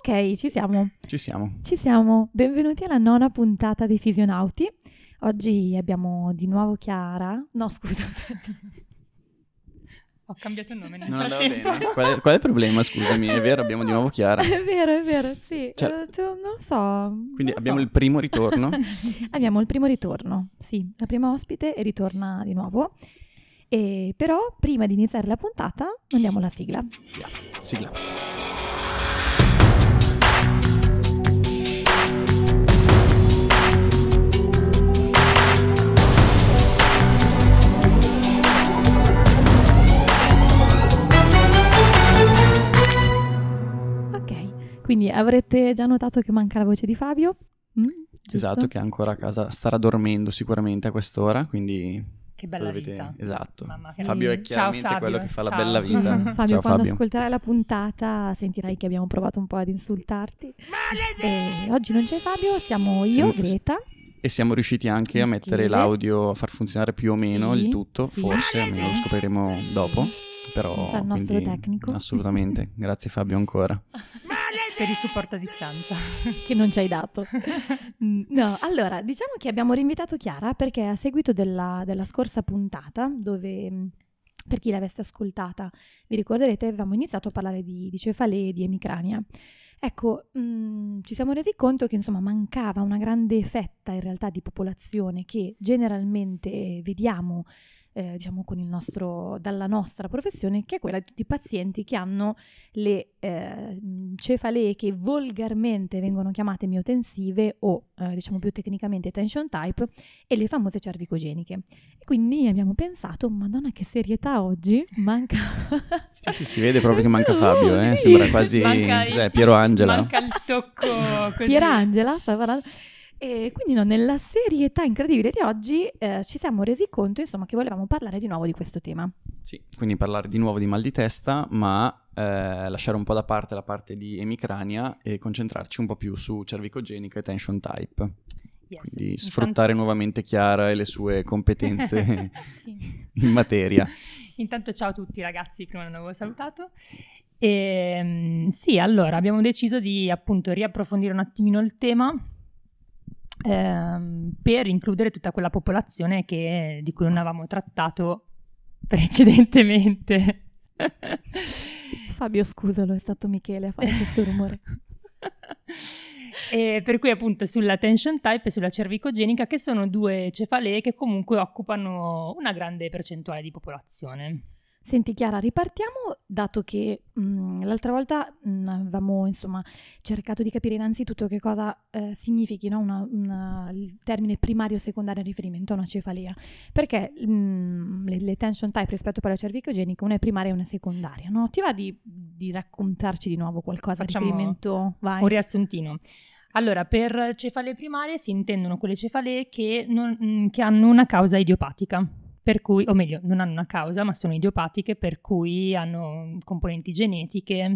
Ok, ci siamo. Ci siamo. Ci siamo. Benvenuti alla 9ª puntata dei Fisionauti. Oggi abbiamo di nuovo Chiara. No, scusa. Ho cambiato il nome nel No, va frattempo. bene. Qual è il problema, scusami? È vero, abbiamo di nuovo Chiara. È vero, sì. Cioè, Non lo so. Quindi abbiamo il primo ritorno. Abbiamo il primo ritorno, sì. La prima ospite e ritorna di nuovo. E però, prima di iniziare la puntata, mandiamo la sigla. Via. Sigla. Quindi avrete già notato che manca la voce di Fabio? Esatto, che è ancora a casa, starà dormendo sicuramente a quest'ora, quindi... Che bella vita. Esatto. Mamma, Fabio è chiaramente Ciao, Fabio. quello che fa la Ciao. bella vita. Fabio, Ciao quando Fabio. ascolterai la puntata sentirai che abbiamo provato un po' ad insultarti. E oggi non c'è Fabio, siamo io, Greta. E siamo riusciti anche a mettere l'audio, a far funzionare più o meno il tutto, forse, almeno lo scopriremo dopo. Però, senza il nostro tecnico. Assolutamente, grazie Fabio ancora. Per il supporto a distanza. Che non ci hai dato. No, allora, diciamo che abbiamo rinvitato Chiara perché a seguito della scorsa puntata, dove, per chi l'avesse ascoltata, vi ricorderete, avevamo iniziato a parlare di cefalee e di emicrania. Ecco, ci siamo resi conto che insomma mancava una grande fetta in realtà di popolazione che generalmente vediamo diciamo dalla nostra professione, che è quella di tutti i pazienti che hanno le cefalee che volgarmente vengono chiamate miotensive o diciamo più tecnicamente tension type e le famose cervicogeniche. E quindi abbiamo pensato, madonna che serietà oggi, manca... Sì, si vede proprio che manca Fabio, Sì. Sembra quasi Piero Angela. Manca il tocco così. Pierangela, sta parlando. E quindi nella serietà incredibile di oggi ci siamo resi conto insomma che volevamo parlare di nuovo di questo tema. Sì, quindi parlare di nuovo di mal di testa, ma lasciare un po' da parte la parte di emicrania e concentrarci un po' più su cervicogenica e tension type. Yes. Quindi sfruttare nuovamente Chiara e le sue competenze in materia. Intanto ciao a tutti ragazzi, prima non avevo salutato. Sì, allora abbiamo deciso di appunto riapprofondire un attimino il tema per includere tutta quella popolazione di cui non avevamo trattato precedentemente. Fabio, scusalo, è stato Michele a fare questo rumore. E per cui appunto sulla tension type e sulla cervicogenica, che sono due cefalee che comunque occupano una grande percentuale di popolazione. Senti Chiara, ripartiamo dato che l'altra volta avevamo insomma cercato di capire innanzitutto che cosa significhi, no? Il termine primario e secondario in riferimento a una cefalea, perché le tension type rispetto alla cervicogenica una è primaria e una è secondaria, no? Ti va di raccontarci di nuovo qualcosa a riferimento? Vai. Un riassuntino. Allora, per cefalee primarie si intendono quelle cefalee che hanno una causa idiopatica. Per cui, o meglio, non hanno una causa, ma sono idiopatiche, per cui hanno componenti genetiche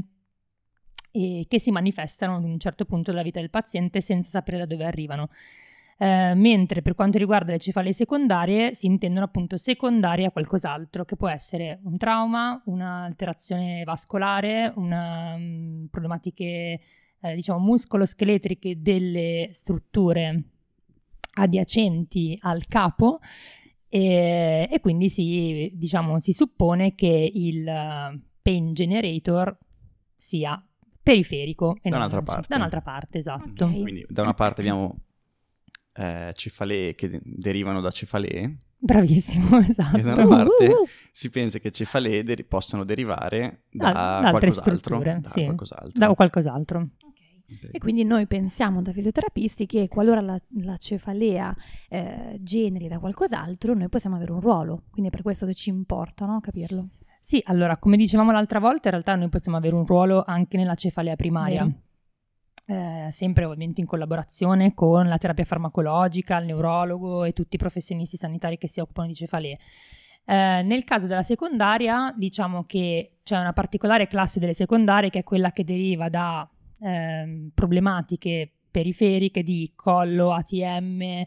e che si manifestano ad un certo punto della vita del paziente senza sapere da dove arrivano. Mentre per quanto riguarda le cefalee secondarie si intendono appunto secondarie a qualcos'altro, che può essere un trauma, un'alterazione vascolare, problematiche diciamo muscoloscheletriche delle strutture adiacenti al capo. E quindi si suppone che il pain generator sia periferico e Da un'altra parte, esatto. Okay. Quindi da una parte abbiamo cefalee che derivano da cefalee. Bravissimo, esatto. E da una parte si pensa che cefalee possano derivare da altre qualcos'altro. strutture, da qualcos'altro. Okay. E quindi noi pensiamo da fisioterapisti che qualora la cefalea generi da qualcos'altro noi possiamo avere un ruolo, quindi è per questo che ci importa, no? Capirlo. Sì, allora come dicevamo l'altra volta in realtà noi possiamo avere un ruolo anche nella cefalea primaria. Sempre ovviamente in collaborazione con la terapia farmacologica, il neurologo e tutti i professionisti sanitari che si occupano di cefalee. Nel caso della secondaria diciamo che c'è una particolare classe delle secondarie che è quella che deriva da problematiche periferiche di collo, ATM,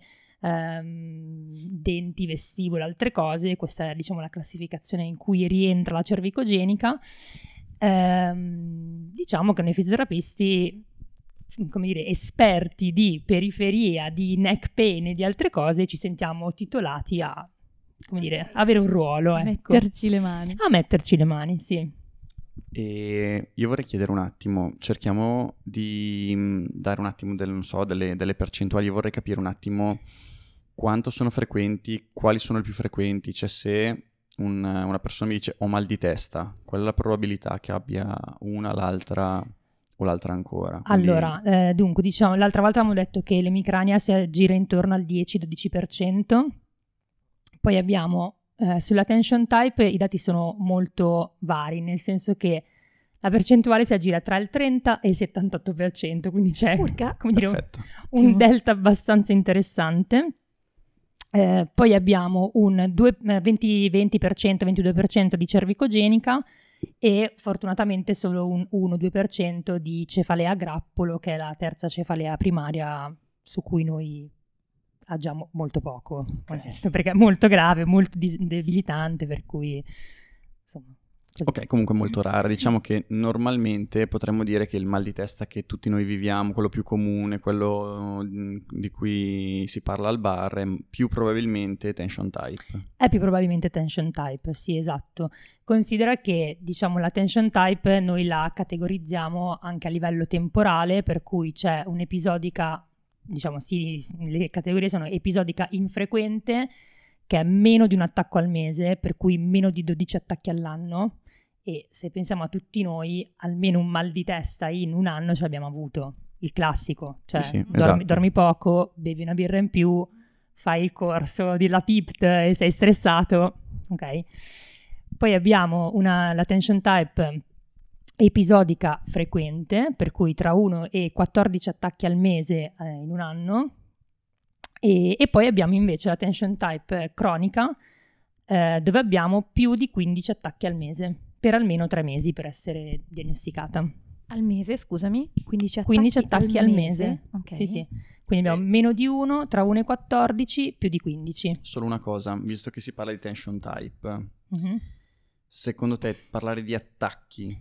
denti, vestibolo, altre cose. Questa è diciamo la classificazione in cui rientra la cervicogenica. Diciamo che noi fisioterapisti come dire, esperti di periferia, di neck pain e di altre cose, ci sentiamo titolati a, come dire, avere un ruolo, A ecco. metterci le mani. A metterci le mani, sì. E io vorrei chiedere un attimo, cerchiamo di dare un attimo delle percentuali. Io vorrei capire un attimo quanto sono frequenti, quali sono le più frequenti, cioè se una persona mi dice ho mal di testa, qual è la probabilità che abbia una, l'altra o l'altra ancora? Quindi... Allora, dunque, diciamo, l'altra volta avevamo detto che l'emicrania si aggira intorno al 10-12%, poi abbiamo sull'attention type i dati sono molto vari, nel senso che la percentuale si aggira tra il 30 e il 78%, quindi c'è, come dire, Perfetto. un delta abbastanza interessante. Poi abbiamo un 20%, 22% di cervicogenica e fortunatamente solo un 1-2% di cefalea a grappolo, che è la terza cefalea primaria su cui noi agiamo molto poco, onesto, perché è molto grave, molto debilitante, per cui insomma... Così. Ok, comunque molto rara. Diciamo che normalmente potremmo dire che il mal di testa che tutti noi viviamo, quello più comune, quello di cui si parla al bar, è più probabilmente tension type. È più probabilmente tension type, sì, esatto. Considera che, diciamo, la tension type noi la categorizziamo anche a livello temporale, per cui c'è un'episodica, diciamo, sì, le categorie sono episodica infrequente, che è meno di un attacco al mese, per cui meno di 12 attacchi all'anno. E se pensiamo a tutti noi, almeno un mal di testa in un anno ce l'abbiamo avuto, il classico, cioè sì, esatto. dormi poco, bevi una birra in più, fai il corso della PIPT e sei stressato, ok? Poi abbiamo la tension type episodica frequente, per cui tra 1 e 14 attacchi al mese in un anno, e poi abbiamo invece la tension type cronica, dove abbiamo più di 15 attacchi al mese, per almeno 3 mesi per essere diagnosticata. Al mese, scusami? 15 attacchi al mese. Okay. Sì, sì. Quindi abbiamo meno di 1, tra 1 e 14, più di 15. Solo una cosa, visto che si parla di tension type, Mm-hmm. secondo te parlare di attacchi,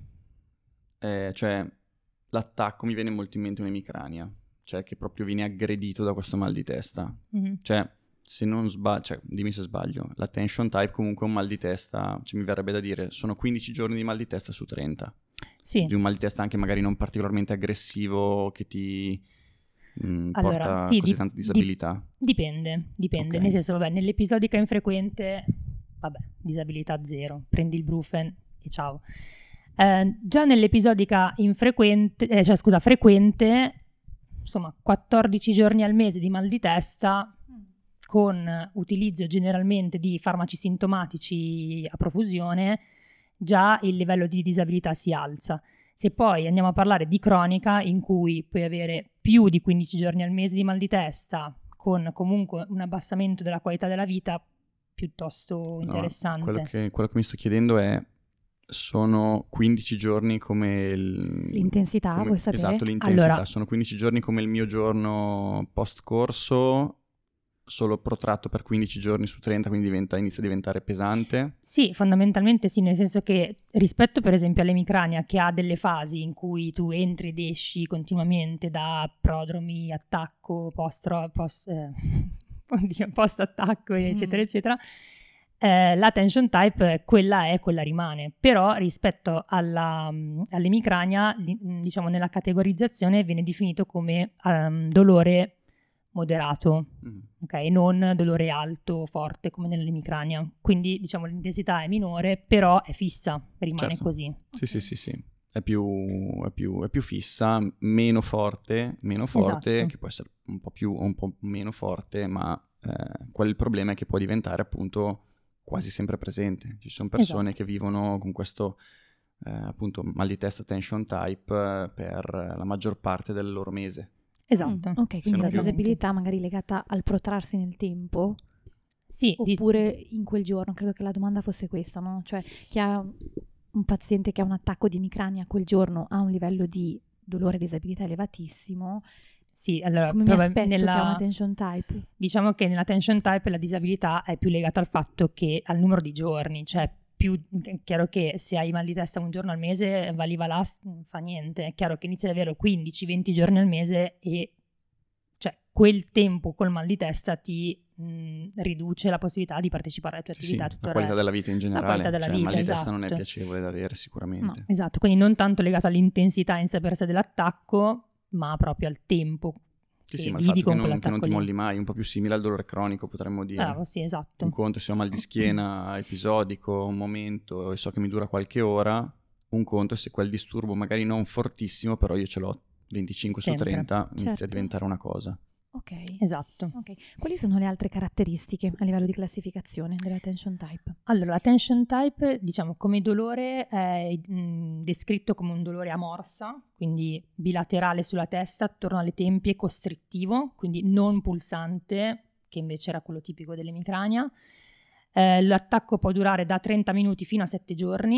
cioè l'attacco, mi viene molto in mente un'emicrania, cioè che proprio viene aggredito da questo mal di testa. Mm-hmm. Cioè, se non sbaglio, cioè, dimmi se sbaglio, la tension type comunque è un mal di testa, cioè mi verrebbe da dire, sono 15 giorni di mal di testa su 30. Sì. Di un mal di testa anche magari non particolarmente aggressivo che ti porta Allora, sì, così tanta disabilità. Dipende, Ok. nel senso, vabbè, nell'episodica infrequente, vabbè, disabilità zero, prendi il Brufen e ciao. Già nell'episodica infrequente, frequente, insomma, 14 giorni al mese di mal di testa, con utilizzo generalmente di farmaci sintomatici a profusione, già il livello di disabilità si alza. Se poi andiamo a parlare di cronica, in cui puoi avere più di 15 giorni al mese di mal di testa, con comunque un abbassamento della qualità della vita piuttosto interessante. Quello che mi sto chiedendo è, sono 15 giorni come l'intensità, vuoi sapere? Esatto, l'intensità. Allora, sono 15 giorni come il mio giorno post-corso, solo protratto per 15 giorni su 30, quindi inizia a diventare pesante? Sì, fondamentalmente sì, nel senso che rispetto per esempio all'emicrania, che ha delle fasi in cui tu entri ed esci continuamente da prodromi, attacco, post-attacco, eccetera, eccetera, la tension type, quella rimane. Però rispetto all'emicrania, diciamo nella categorizzazione viene definito come dolore moderato, ok? Non dolore alto, forte come nell'emicrania. Quindi diciamo l'intensità è minore, però è fissa, rimane Certo. così. Sì. È più fissa, meno forte, Esatto. che può essere un po' meno forte, ma quel il problema è che può diventare appunto quasi sempre presente. Ci sono persone che vivono con questo appunto mal di testa tension type per la maggior parte del loro mese. Esatto. Ok, quindi la più- disabilità magari legata al protrarsi nel tempo, Sì, oppure in quel giorno. Credo che la domanda fosse questa, no? Cioè, chi ha un paziente che ha un attacco di emicrania quel giorno ha un livello di dolore e disabilità elevatissimo. sì, allora Come mi aspetto che ha una tension type? diciamo che nella tension type la disabilità è più legata al fatto che al numero di giorni, cioè più è chiaro che se hai mal di testa un giorno al mese, va lì va là, fa niente. È chiaro che inizi ad avere 15-20 giorni al mese e cioè quel tempo col mal di testa ti riduce la possibilità di partecipare alle tue attività. La qualità della vita in generale, della cioè, vita, il mal di testa esatto. non è piacevole da avere sicuramente. No. Esatto, quindi non tanto legato all'intensità in sé per sé dell'attacco, ma proprio al tempo. Sì, ma il vivi fatto con che non ti lì. molli mai, un po' più simile al dolore cronico potremmo dire. Bravo, sì, esatto. Un conto se ho mal di schiena episodico, un momento e so che mi dura qualche ora, un conto se quel disturbo magari non fortissimo, però io ce l'ho 25 Sempre. su 30, inizia Certo. a diventare una cosa. Ok. Esatto. Ok. Quali sono le altre caratteristiche a livello di classificazione dell'attention type? Allora, l'attention type, diciamo, come dolore è descritto come un dolore a morsa, quindi bilaterale sulla testa, attorno alle tempie, costrittivo, quindi non pulsante, che invece era quello tipico dell'emicrania. L'attacco può durare da 30 minuti fino a 7 giorni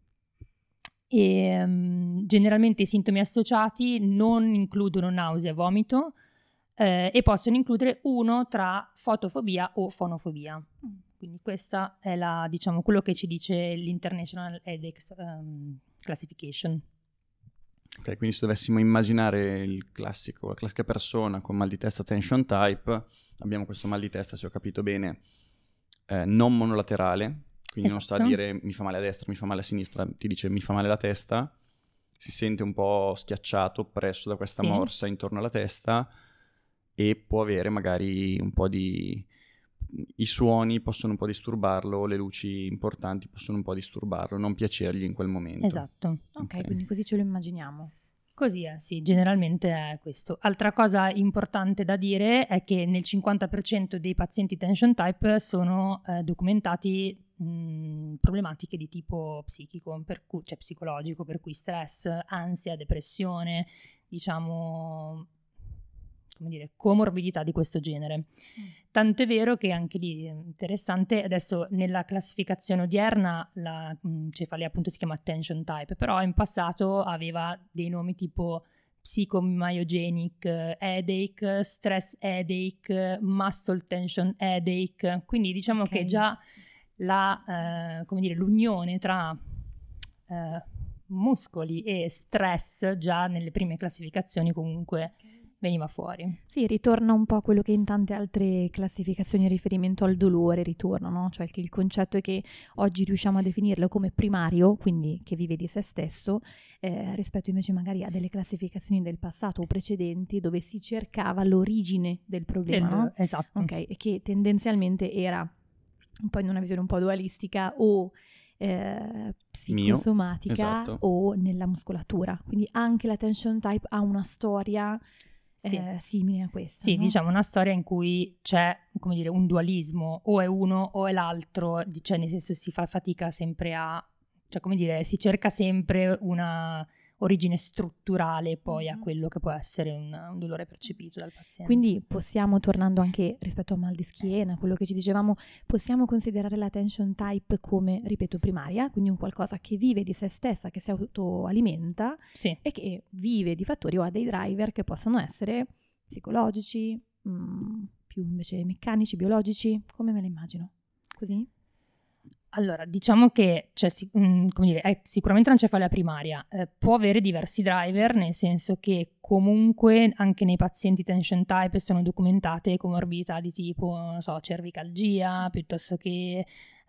e generalmente i sintomi associati non includono nausea e vomito, e possono includere uno tra fotofobia o fonofobia. Quindi questa è diciamo, quello che ci dice l'International Headache Classification. Ok, quindi se dovessimo immaginare la classica persona con mal di testa attention type, abbiamo questo mal di testa, se ho capito bene, non monolaterale, quindi non sa Esatto. dire mi fa male a destra, mi fa male a sinistra, ti dice mi fa male la testa, si sente un po' schiacciato, oppresso da questa Sì. morsa intorno alla testa e può avere magari un po' i suoni possono un po' disturbarlo, le luci importanti possono un po' disturbarlo, non piacergli in quel momento. Esatto. Ok, quindi così ce lo immaginiamo. Così è, sì, generalmente è questo. Altra cosa importante da dire è che nel 50% dei pazienti tension type sono documentati problematiche di tipo psichico, cioè psicologico, per cui stress, ansia, depressione, diciamo, come dire, comorbidità di questo genere. Tanto è vero che anche lì è interessante, adesso nella classificazione odierna la cefalea appunto si chiama attention type, però in passato aveva dei nomi tipo psychomyogenic headache, stress headache, muscle tension headache, quindi diciamo che già come dire, l'unione tra muscoli e stress già nelle prime classificazioni comunque veniva fuori. Sì, ritorna un po' quello che in tante altre classificazioni in riferimento al dolore ritorna, no? Cioè che il concetto è che oggi riusciamo a definirlo come primario, quindi che vive di se stesso, rispetto invece magari a delle classificazioni del passato o precedenti dove si cercava l'origine del problema, no? Esatto. Ok, e che tendenzialmente era un po' in una visione un po' dualistica o psicosomatica esatto. o nella muscolatura. Quindi anche la tension type ha una storia simile a questa. Sì, no? diciamo una storia in cui c'è, come dire, un dualismo, o è uno o è l'altro, cioè nel senso si fa fatica sempre cioè come dire, si cerca sempre una origine strutturale poi a quello che può essere un dolore percepito dal paziente. Quindi possiamo, tornando anche rispetto al mal di schiena, quello che ci dicevamo, possiamo considerare la tension type come, ripeto, primaria, quindi un qualcosa che vive di se stessa, che si autoalimenta sì. e che vive di fattori o ha dei driver che possono essere psicologici, più invece meccanici, biologici, come me la immagino? Così? Allora, diciamo che come dire, è sicuramente una cefalea primaria, può avere diversi driver, nel senso che comunque anche nei pazienti tension type sono documentate comorbidità di tipo, non so, cervicalgia, piuttosto che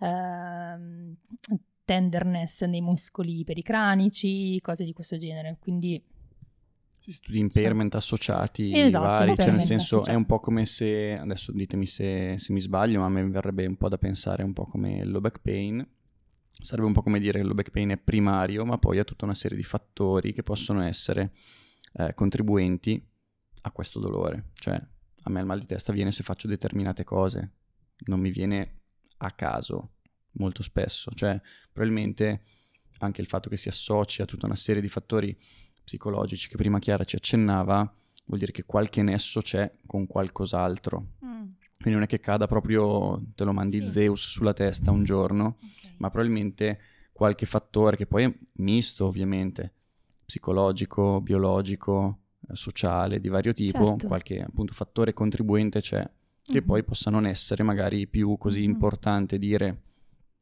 tenderness nei muscoli pericranici, cose di questo genere, quindi... Sì, studi impairment associati esatto, vari, cioè nel senso associati. è un po' come se, adesso ditemi se mi sbaglio, ma a me verrebbe un po' da pensare un po' come il low back pain, sarebbe un po' come dire che il low back pain è primario, ma poi ha tutta una serie di fattori che possono essere contribuenti a questo dolore, cioè a me il mal di testa viene se faccio determinate cose, non mi viene a caso molto spesso, cioè probabilmente anche il fatto che si associa a tutta una serie di fattori psicologici che prima Chiara ci accennava, vuol dire che qualche nesso c'è con qualcos'altro. Quindi non è che cada proprio, te lo mandi Zeus sulla testa un giorno, ma probabilmente qualche fattore che poi è misto ovviamente, psicologico, biologico, sociale, di vario tipo, Certo. qualche appunto fattore contribuente c'è, che poi possa non essere magari più così importante dire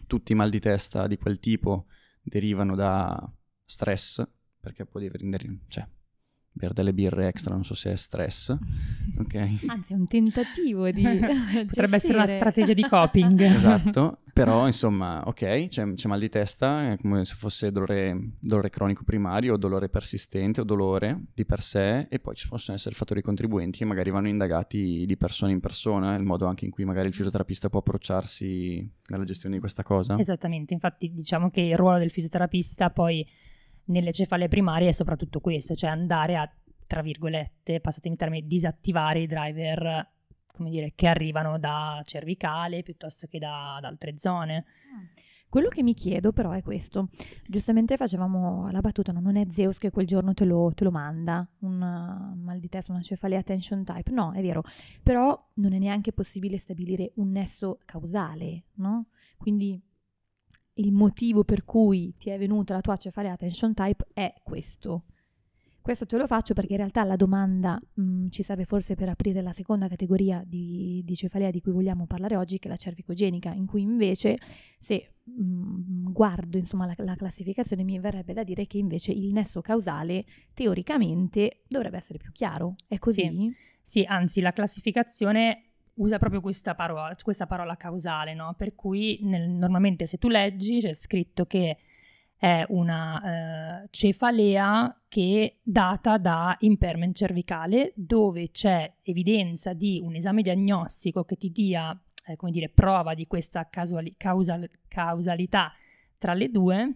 tutti i mal di testa di quel tipo derivano da stress, perché può bere delle birre extra, non so se è stress, ok? Anzi, è un tentativo di Potrebbe essere una gestire. strategia di coping. Esatto, però insomma, ok, c'è mal di testa, è come se fosse dolore cronico primario o dolore persistente o dolore di per sé, e poi ci possono essere fattori contribuenti che magari vanno indagati di persona in persona, il modo anche in cui magari il fisioterapista può approcciarsi nella gestione di questa cosa. Esattamente, infatti diciamo che il ruolo del fisioterapista poi nelle cefalee primarie è soprattutto questo, cioè andare a, tra virgolette, passatemi il termine, disattivare i driver, come dire, che arrivano da cervicale piuttosto che da altre zone. Quello che mi chiedo però è questo. Giustamente facevamo la battuta, no? Non è Zeus che quel giorno te lo manda, un mal di testa, una cefalea tension type. No, è vero. Però non è neanche possibile stabilire un nesso causale, no? Quindi il motivo per cui ti è venuta la tua cefalea tension type è questo. Questo te lo faccio perché in realtà la domanda ci serve forse per aprire la seconda categoria di cefalea di cui vogliamo parlare oggi, che è la cervicogenica, in cui invece se guardo insomma la classificazione mi verrebbe da dire che invece il nesso causale teoricamente dovrebbe essere più chiaro. È così? Sì, anzi la classificazione usa proprio questa parola causale, no? Per cui normalmente se tu leggi c'è scritto che è una cefalea che data da impairment cervicale, dove c'è evidenza di un esame diagnostico che ti dia, come dire, prova di questa causalità tra le due.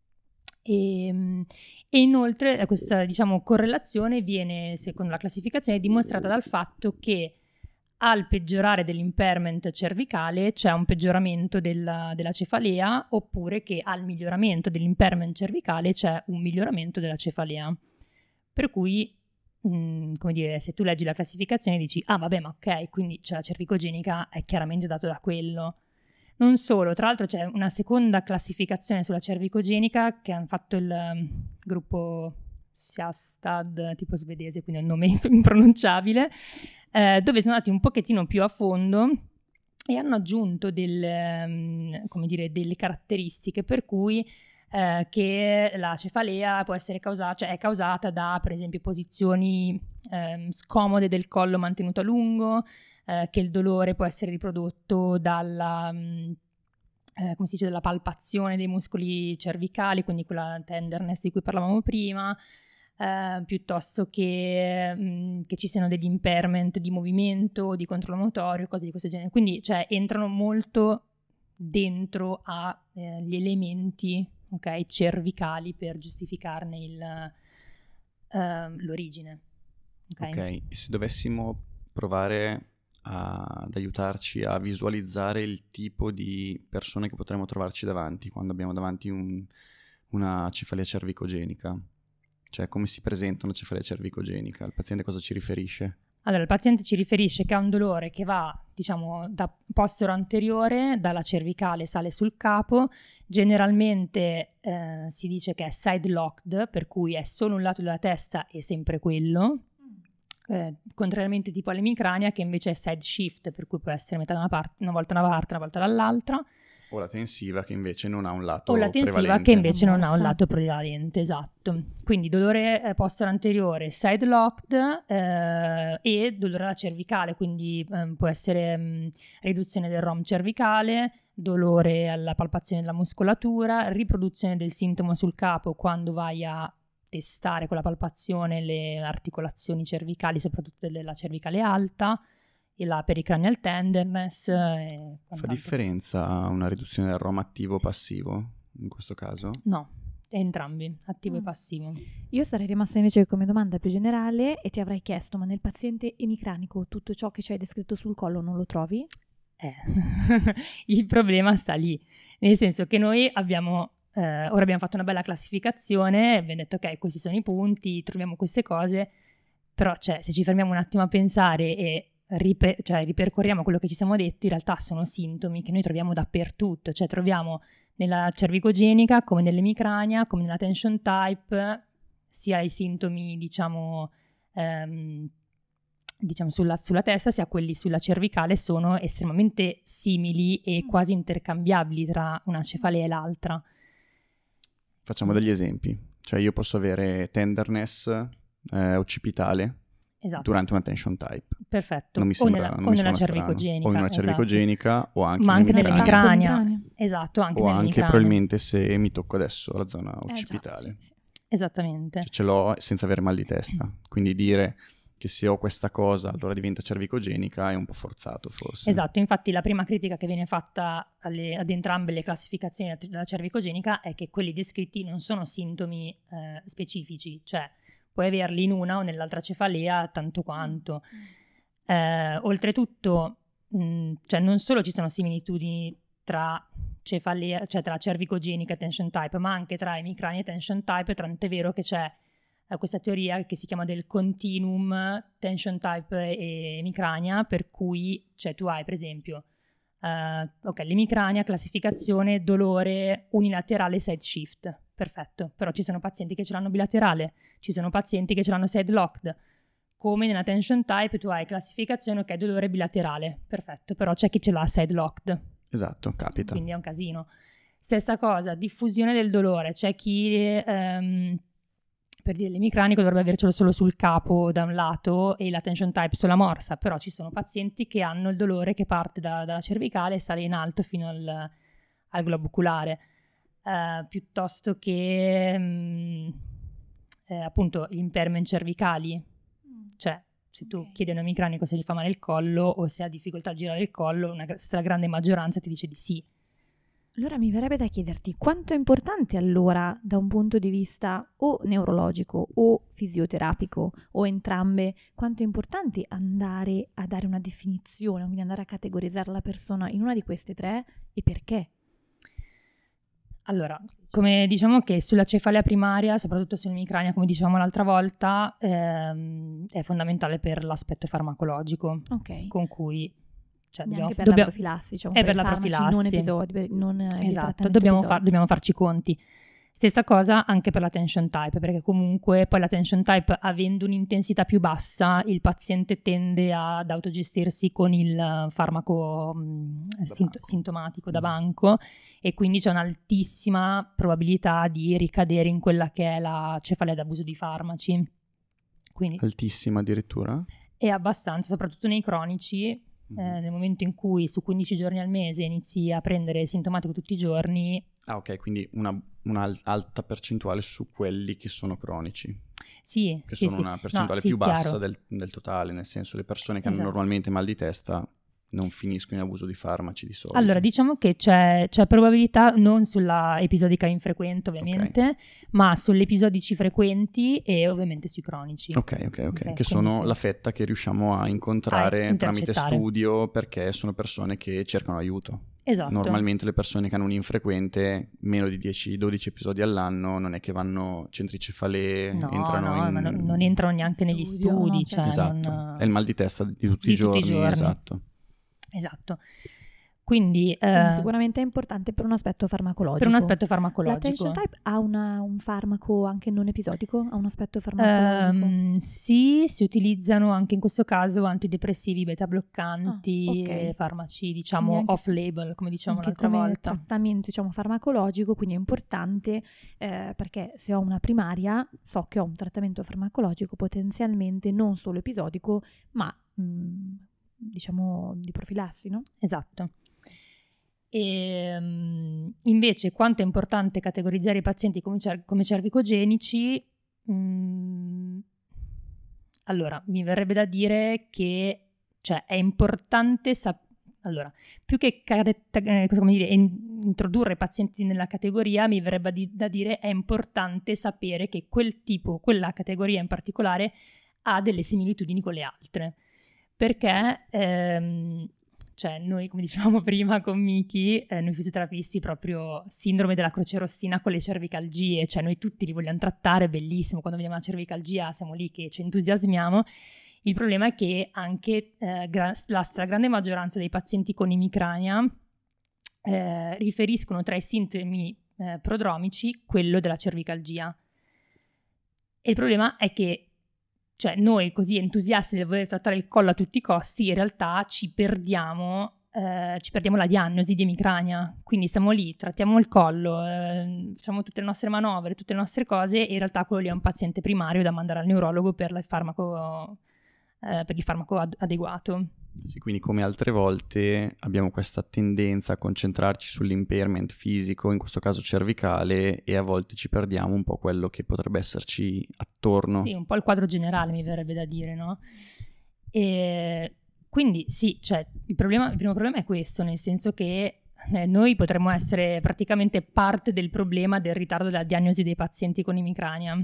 E inoltre questa, diciamo, correlazione viene, secondo la classificazione, dimostrata dal fatto che al peggiorare dell'impairment cervicale c'è un peggioramento della cefalea, oppure che al miglioramento dell'impairment cervicale c'è un miglioramento della cefalea. Per cui, come dire, se tu leggi la classificazione dici ah vabbè, ma ok, quindi la cervicogenica è chiaramente dato da quello. Non solo, tra l'altro c'è una seconda classificazione sulla cervicogenica che hanno fatto il gruppo Siastad, tipo svedese, quindi è un nome impronunciabile, dove sono andati un pochettino più a fondo e hanno aggiunto delle caratteristiche per cui che la cefalea può essere è causata da, per esempio, posizioni scomode del collo mantenuto a lungo, che il dolore può essere riprodotto dalla come si dice, dalla palpazione dei muscoli cervicali, quindi quella tenderness di cui parlavamo prima, piuttosto che ci siano degli impairment di movimento, di controllo motorio, cose di questo genere. Quindi entrano molto dentro agli elementi, okay, cervicali per giustificarne l'origine. Ok, se dovessimo provare ad aiutarci a visualizzare il tipo di persone che potremmo trovarci davanti quando abbiamo davanti una cefalea cervicogenica, cioè come si presenta una cefalea cervicogenica? Il paziente cosa ci riferisce? Allora, il paziente ci riferisce che ha un dolore che va, diciamo, da postero anteriore, dalla cervicale sale sul capo, generalmente si dice che è side locked, per cui è solo un lato della testa e sempre quello, contrariamente tipo all'emicrania che invece è side shift, per cui può essere metà da una parte, una volta dall'altra. O la tensiva che invece non ha un lato O la tensiva prevalente. che invece non ha un lato prevalente, esatto. Quindi dolore postero anteriore, side locked, e dolore alla cervicale, quindi può essere riduzione del ROM cervicale, dolore alla palpazione della muscolatura, riproduzione del sintomo sul capo quando vai a testare con la palpazione le articolazioni cervicali, soprattutto della cervicale alta, e la pericranial tenderness. Fa differenza una riduzione del ROM attivo o passivo in questo caso? No, entrambi, attivo e passivo. Io sarei rimasta invece come domanda più generale e ti avrei chiesto, ma nel paziente emicranico tutto ciò che ci hai descritto sul collo non lo trovi? Il problema sta lì, nel senso che noi abbiamo ora abbiamo fatto una bella classificazione, abbiamo detto ok, questi sono i punti, troviamo queste cose, però se ci fermiamo un attimo a pensare e ripercorriamo quello che ci siamo detti, in realtà sono sintomi che noi troviamo dappertutto, cioè troviamo nella cervicogenica come nell'emicrania, come nella tension type, sia i sintomi, diciamo, diciamo sulla testa sia quelli sulla cervicale sono estremamente simili e quasi intercambiabili tra una cefalea e l'altra. Facciamo degli esempi. Cioè io posso avere tenderness occipitale durante una tension type. Perfetto. Non mi sembra, o nella cervicogenica. O in una cervicogenica o anche ma anche nell'emicrania. Esatto, anche o nell'emicrania. anche probabilmente se mi tocco adesso la zona occipitale. Sì. Esattamente. Cioè, ce l'ho senza avere mal di testa. Quindi dire che se ho questa cosa allora diventa cervicogenica è un po' forzato forse. Esatto, infatti la prima critica che viene fatta ad entrambe le classificazioni della cervicogenica è che quelli descritti non sono sintomi specifici, cioè puoi averli in una o nell'altra cefalea tanto quanto. Oltretutto, cioè non solo ci sono similitudini tra cefalea, cioè tra cervicogenica e tension type, ma anche tra emicrania e tension type, tant'è vero che c'è questa teoria che si chiama del continuum tension type e emicrania, per cui cioè tu hai per esempio l'emicrania, classificazione, dolore unilaterale side shift, perfetto, però ci sono pazienti che ce l'hanno bilaterale, ci sono pazienti che ce l'hanno side locked, come nella tension type tu hai classificazione, ok, dolore bilaterale, perfetto, però c'è chi ce l'ha side locked. Esatto, capita. Quindi è un casino. Stessa cosa, diffusione del dolore, c'è chi per dire l'emicranico dovrebbe avercelo solo sul capo da un lato e la tension type sulla morsa, però ci sono pazienti che hanno il dolore che parte dalla cervicale e sale in alto fino al globo oculare, piuttosto che appunto gli impairment cervicali, cioè se tu chiedi a un emicranico se gli fa male il collo o se ha difficoltà a girare il collo, una stragrande maggioranza ti dice di sì. Allora mi verrebbe da chiederti quanto è importante allora da un punto di vista o neurologico o fisioterapico o entrambe, quanto è importante andare a dare una definizione, quindi andare a categorizzare la persona in una di queste tre e perché? Allora, come diciamo che sulla cefalea primaria, soprattutto sull'emicrania, come dicevamo l'altra volta, è fondamentale per l'aspetto farmacologico, con cui neanche per la profilassi, diciamo, per la profilassi, non episodi, non esatto, dobbiamo farci conti. Stessa cosa anche per la tension type, perché comunque poi la tension type, avendo un'intensità più bassa, il paziente tende ad autogestirsi con il farmaco sintomatico da banco e quindi c'è un'altissima probabilità di ricadere in quella che è la cefalea d'abuso di farmaci. Quindi altissima addirittura? È abbastanza, soprattutto nei cronici. Nel momento in cui su 15 giorni al mese inizi a prendere sintomatico tutti i giorni. Ah, ok, quindi una alta percentuale su quelli che sono cronici. Sì, che sono una percentuale più bassa del totale, nel senso le persone che hanno normalmente mal di testa non finiscono in abuso di farmaci di solito. Allora, diciamo che c'è probabilità non sulla episodica infrequente ovviamente, ma sulle episodici frequenti e ovviamente sui cronici. Ok, che sono la fetta che riusciamo a incontrare tramite studio, perché sono persone che cercano aiuto. Esatto. Normalmente le persone che hanno un infrequente, meno di 10-12 episodi all'anno, non è che vanno centricefalee, entrano ma non entrano neanche negli studi. No, cioè esatto, è il mal di testa di tutti i giorni. Esatto. Quindi sicuramente è importante per un aspetto farmacologico. Per un aspetto farmacologico. La tension type ha un farmaco anche non episodico? Ha un aspetto farmacologico? Sì, si utilizzano anche in questo caso antidepressivi, beta bloccanti, farmaci diciamo off-label, come dicevamo l'altra volta. Trattamento diciamo farmacologico, quindi è importante perché se ho una primaria so che ho un trattamento farmacologico potenzialmente non solo episodico, ma diciamo di profilassi, no? Esatto. E invece quanto è importante categorizzare i pazienti come cervicogenici, allora mi verrebbe da dire che è importante allora, più che introdurre i pazienti nella categoria, mi verrebbe da dire è importante sapere che quella categoria in particolare ha delle similitudini con le altre, perché noi, come dicevamo prima con Miki, noi fisioterapisti proprio sindrome della croce rossina con le cervicalgie, cioè noi tutti li vogliamo trattare, bellissimo, quando vediamo la cervicalgia siamo lì che ci entusiasmiamo. Il problema è che anche la stragrande maggioranza dei pazienti con emicrania riferiscono tra i sintomi prodromici quello della cervicalgia. E il problema è che cioè noi così entusiasti del voler trattare il collo a tutti i costi, in realtà ci perdiamo la diagnosi di emicrania. Quindi stiamo lì, trattiamo il collo, facciamo tutte le nostre manovre, tutte le nostre cose, e in realtà quello lì è un paziente primario da mandare al neurologo per il farmaco adeguato. Sì, quindi come altre volte abbiamo questa tendenza a concentrarci sull'impairment fisico, in questo caso cervicale, e a volte ci perdiamo un po' quello che potrebbe esserci attorno. Sì, un po' il quadro generale, mi verrebbe da dire, no? E quindi sì, cioè il primo problema è questo, nel senso che noi potremmo essere praticamente parte del problema del ritardo della diagnosi dei pazienti con emicrania.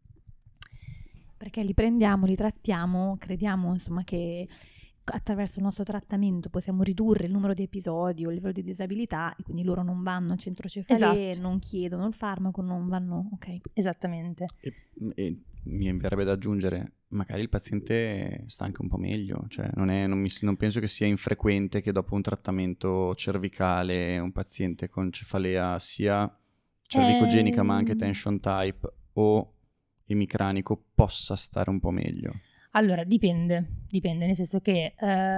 Perché li prendiamo, li trattiamo, crediamo insomma che attraverso il nostro trattamento possiamo ridurre il numero di episodi o il livello di disabilità, e quindi loro non vanno al centro cefalee, Esatto. non chiedono il farmaco, non vanno, ok. Esattamente. E mi verrebbe da aggiungere, magari il paziente sta anche un po' meglio, cioè non penso che sia infrequente che dopo un trattamento cervicale un paziente con cefalea sia cervicogenica ma anche tension type o emicranico possa stare un po' meglio. Allora, dipende, nel senso che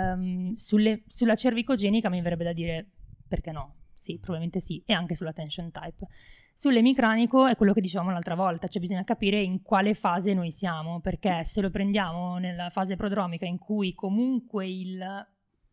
sulla cervicogenica mi verrebbe da dire perché no, sì, probabilmente sì, e anche sulla tension type. Sull'emicranico è quello che dicevamo l'altra volta, cioè bisogna capire in quale fase noi siamo, perché se lo prendiamo nella fase prodromica in cui comunque il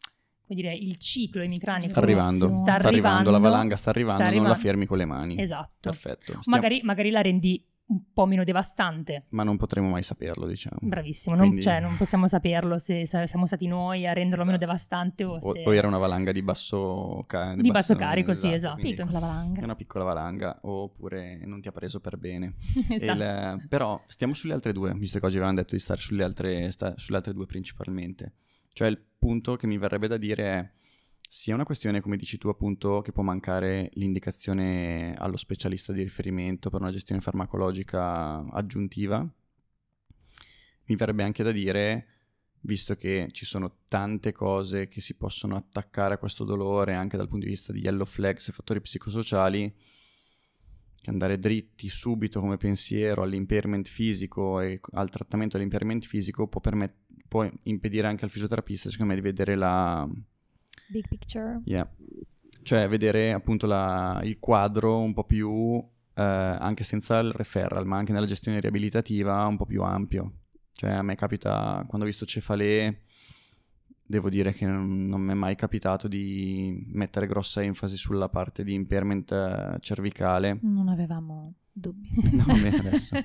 ciclo emicranico sta arrivando, la valanga sta arrivando, non la fermi con le mani. Esatto. Perfetto. Magari la rendi un po' meno devastante. Ma non potremo mai saperlo, diciamo. Bravissimo, Quindi... non possiamo saperlo se siamo stati noi a renderlo meno devastante o se... O era una valanga di basso carico. Di basso carico, sì, esatto. Piccola valanga. È una piccola valanga, oppure non ti ha preso per bene. Esatto. Però stiamo sulle altre due, visto che oggi avevamo detto di stare sulle altre due principalmente. Cioè il punto che mi verrebbe da dire è sia una questione, come dici tu appunto, che può mancare l'indicazione allo specialista di riferimento per una gestione farmacologica aggiuntiva. Mi verrebbe anche da dire, visto che ci sono tante cose che si possono attaccare a questo dolore anche dal punto di vista di yellow flags e fattori psicosociali, che andare dritti subito come pensiero all'impairment fisico e al trattamento dell'impairment fisico può impedire anche al fisioterapista, secondo me, di vedere la... Big picture. Yeah. Cioè vedere appunto il quadro un po' più, anche senza il referral, ma anche nella gestione riabilitativa un po' più ampio. Cioè a me capita, quando ho visto cefalee, devo dire che non mi è mai capitato di mettere grossa enfasi sulla parte di impairment cervicale. Non avevamo dubbi. No, adesso.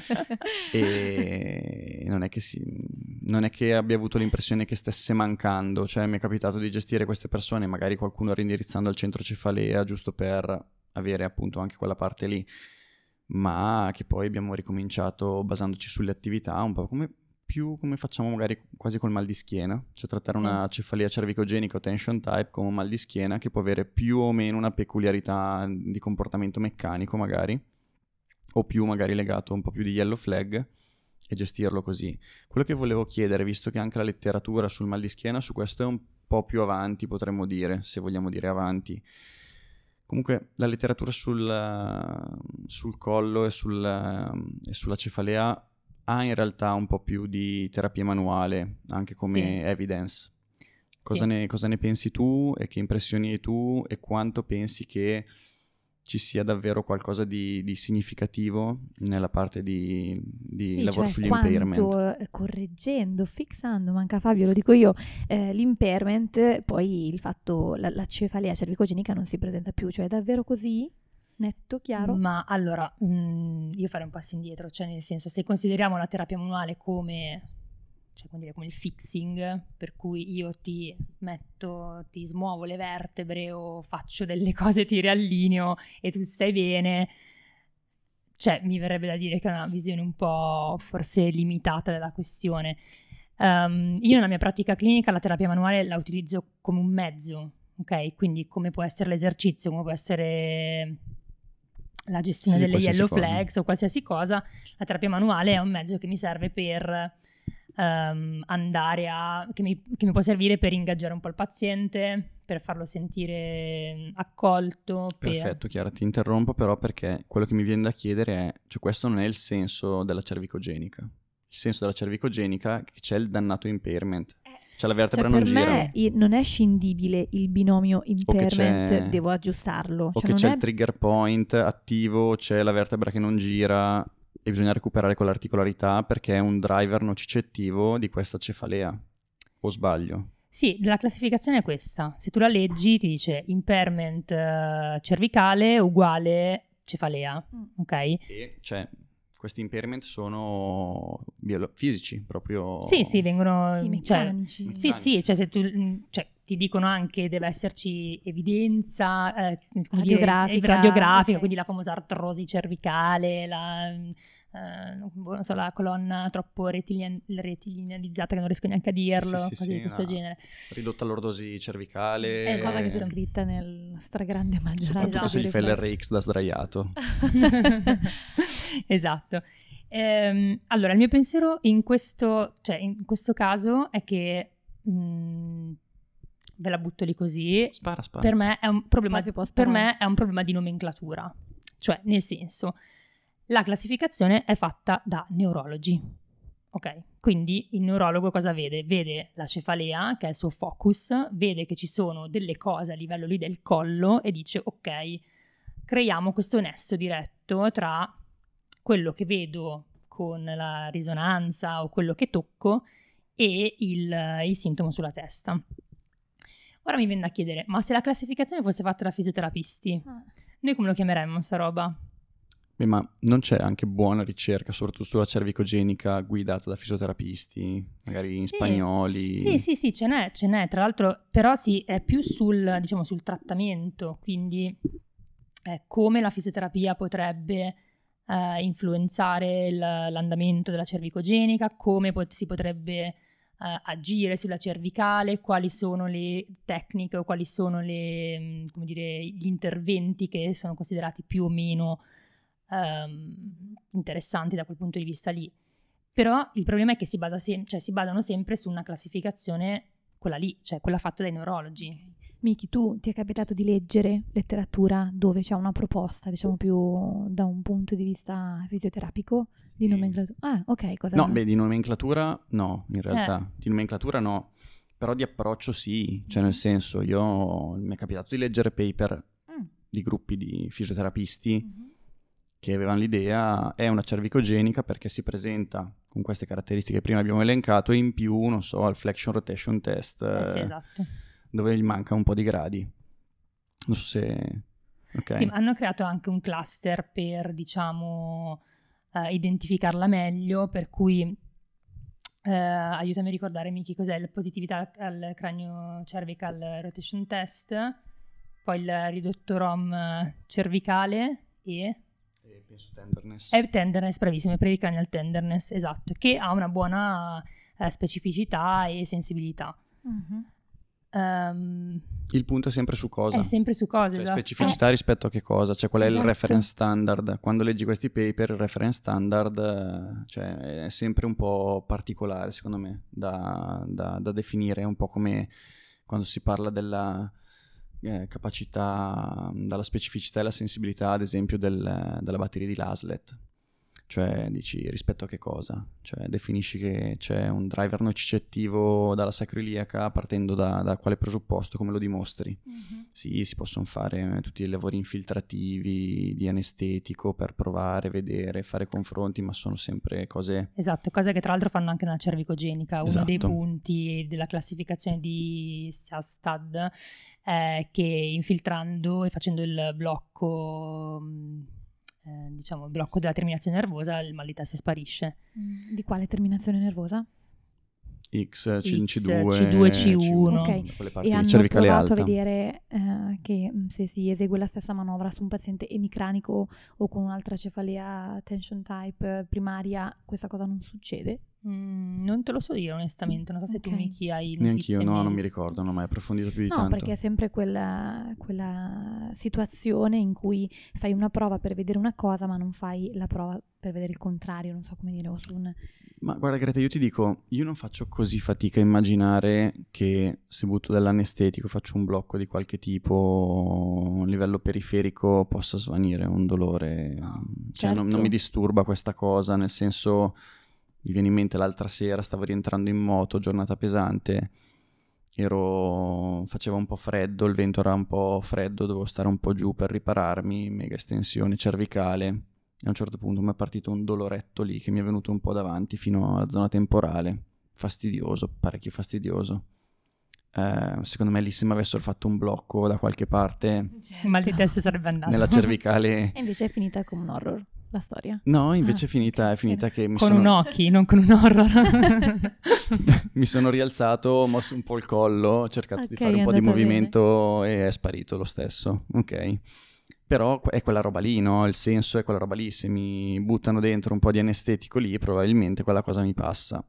E non è che abbia avuto l'impressione che stesse mancando, cioè mi è capitato di gestire queste persone, magari qualcuno reindirizzando al centro cefalea giusto per avere appunto anche quella parte lì, ma che poi abbiamo ricominciato basandoci sulle attività, un po' come facciamo magari quasi col mal di schiena, cioè trattare una cefalea cervicogenica o tension type come un mal di schiena che può avere più o meno una peculiarità di comportamento meccanico magari, o più magari legato a un po' più di yellow flag, e gestirlo così. Quello che volevo chiedere, visto che anche la letteratura sul mal di schiena su questo è un po' più avanti, potremmo dire, se vogliamo dire avanti. Comunque la letteratura sul collo e sulla cefalea ha in realtà un po' più di terapia manuale, anche come evidence. Cosa ne pensi tu e che impressioni hai tu e quanto pensi che ci sia davvero qualcosa di significativo nella parte di lavoro sugli impairment? Quanto correggendo, fixando, manca Fabio, lo dico io, l'impairment, poi il fatto, la cefalea cervicogenica non si presenta più, cioè è davvero così? Netto, chiaro? Ma allora, io farei un passo indietro, cioè nel senso, se consideriamo la terapia manuale come il fixing, per cui io ti smuovo le vertebre o faccio delle cose, ti riallineo e tu stai bene, cioè mi verrebbe da dire che è una visione un po' forse limitata della questione. Io nella mia pratica clinica la terapia manuale la utilizzo come un mezzo, ok? Quindi come può essere l'esercizio, come può essere la gestione delle yellow flags o qualsiasi cosa, la terapia manuale è un mezzo che mi serve per che mi può servire per ingaggiare un po' il paziente, per farlo sentire accolto. Perfetto, Chiara, ti interrompo però perché quello che mi viene da chiedere è, cioè questo non è il senso della cervicogenica, senso della cervicogenica che c'è il dannato impairment. Cioè la vertebra Cioè, non per gira. me non è scindibile il binomio impairment, devo aggiustarlo. O Cioè, che non c'è è... il trigger point attivo, c'è la vertebra che non gira e bisogna recuperare quell'articolarità perché è un driver nocicettivo di questa cefalea. O sbaglio? Sì, la classificazione è questa. Se tu la leggi ti dice impairment cervicale uguale cefalea, ok? E cioè questi impairment sono fisici, proprio... Sì, vengono... Sì, cioè, meccanici. sì, cioè se tu... Cioè, ti dicono anche deve esserci evidenza radiografica, ok. quindi la famosa artrosi cervicale, non so, la colonna troppo retilinealizzata che non riesco neanche a dirlo, Sì, cose di questo genere. Ridotta lordosi cervicale. È cosa che c'è scritta nella stragrande maggioranza. Soprattutto se gli fai l'RX da sdraiato. Esatto. Allora, il mio pensiero in questo caso è che ve la butto lì così. Spara. Per me è un problema, si può per sparare. me è un problema di nomenclatura. Cioè, nel senso, la classificazione è fatta da neurologi. Ok? Quindi il neurologo cosa vede? Vede la cefalea, che è il suo focus, vede che ci sono delle cose a livello lì del collo e dice ok, creiamo questo nesso diretto tra quello che vedo con la risonanza o quello che tocco e il sintomo sulla testa. Ora mi viene da chiedere, ma se la classificazione fosse fatta da fisioterapisti, noi come lo chiameremmo sta roba? Beh, ma non c'è anche buona ricerca, soprattutto sulla cervicogenica guidata da fisioterapisti, magari in spagnoli? Sì, ce n'è. Tra l'altro, però sì, è più sul trattamento, quindi come la fisioterapia potrebbe influenzare l'andamento della cervicogenica, come si potrebbe agire sulla cervicale, quali sono le tecniche o quali sono gli interventi che sono considerati più o meno interessanti da quel punto di vista lì. Però il problema è che si basano sempre su una classificazione, quella lì, cioè quella fatta dai neurologi. Miki, tu ti è capitato di leggere letteratura dove c'è una proposta, diciamo più da un punto di vista fisioterapico, di nomenclatura? Ah, ok, cosa... No, di nomenclatura no, in realtà. Di nomenclatura no, però di approccio sì. Cioè nel senso, mi è capitato di leggere paper di gruppi di fisioterapisti che avevano l'idea, è una cervicogenica perché si presenta con queste caratteristiche che prima abbiamo elencato e in più, non so, al flexion rotation test... sì, esatto. Dove gli manca un po' di gradi. Non so se... Ok. Sì, ma hanno creato anche un cluster per, identificarla meglio, per cui, aiutami a ricordare, Miki, cos'è la positività al cranio cervical rotation test, poi il ridotto ROM cervicale e penso tenderness. Tenderness, bravissimo, per il cranial tenderness, esatto, che ha una buona specificità e sensibilità. Il punto è sempre su cosa? È sempre su cosa, cioè, esatto. specificità rispetto a che cosa? Cioè qual è il Esatto. reference standard? Quando leggi questi paper il reference standard cioè, è sempre un po' particolare secondo me da definire, un po' come quando si parla della capacità, dalla specificità e la sensibilità ad esempio della batteria di Laslett. Cioè dici rispetto a che cosa? Cioè definisci che c'è un driver nocicettivo dalla sacroiliaca partendo da quale presupposto, come lo dimostri? Sì, si possono fare tutti i lavori infiltrativi di anestetico per provare, vedere, fare confronti, ma sono sempre cose... Esatto, cose che tra l'altro fanno anche nella cervicogenica. Esatto. Uno dei punti della classificazione di SASTAD è che infiltrando e facendo il blocco... il blocco della terminazione nervosa, il mal di testa sparisce. Di quale terminazione nervosa? X, C2, C2, C1. Ok, quelle parti e hanno cervicale provato alta. a vedere che se si esegue la stessa manovra su un paziente emicranico o con un'altra cefalea tension type primaria, questa cosa non succede? Non te lo so dire onestamente, non so se tu Ok. Miki hai Neanch'io, notizie no, non mi merito. ricordo, non ho mai approfondito più di No, tanto. perché è sempre quella situazione in cui fai una prova per vedere una cosa ma non fai la prova per vedere il contrario, non so come dire, o su un... Ma guarda Greta, io ti dico, io non faccio così fatica a immaginare che se butto dell'anestetico, faccio un blocco di qualche tipo a livello periferico possa svanire un dolore. No, Cioè certo. non mi disturba questa cosa, nel senso Mi viene in mente l'altra sera, stavo rientrando in moto, giornata pesante, faceva un po' freddo, il vento era un po' freddo, dovevo stare un po' giù per ripararmi, mega estensione cervicale. E a un certo punto mi è partito un doloretto lì che mi è venuto un po' davanti fino alla zona temporale. Fastidioso, parecchio fastidioso. Secondo me lì se mi avessero fatto un blocco da qualche parte, Il mal di testa sarebbe andato. nella cervicale... E invece è finita come un horror la storia. No, invece è finita che con un occhi, non con un horror. mi sono rialzato, ho mosso un po' il collo, ho cercato di fare un po' di movimento e è sparito lo stesso, ok? Però è quella roba lì, no? Il senso è quella roba lì, se mi buttano dentro un po' di anestetico lì, probabilmente quella cosa mi passa.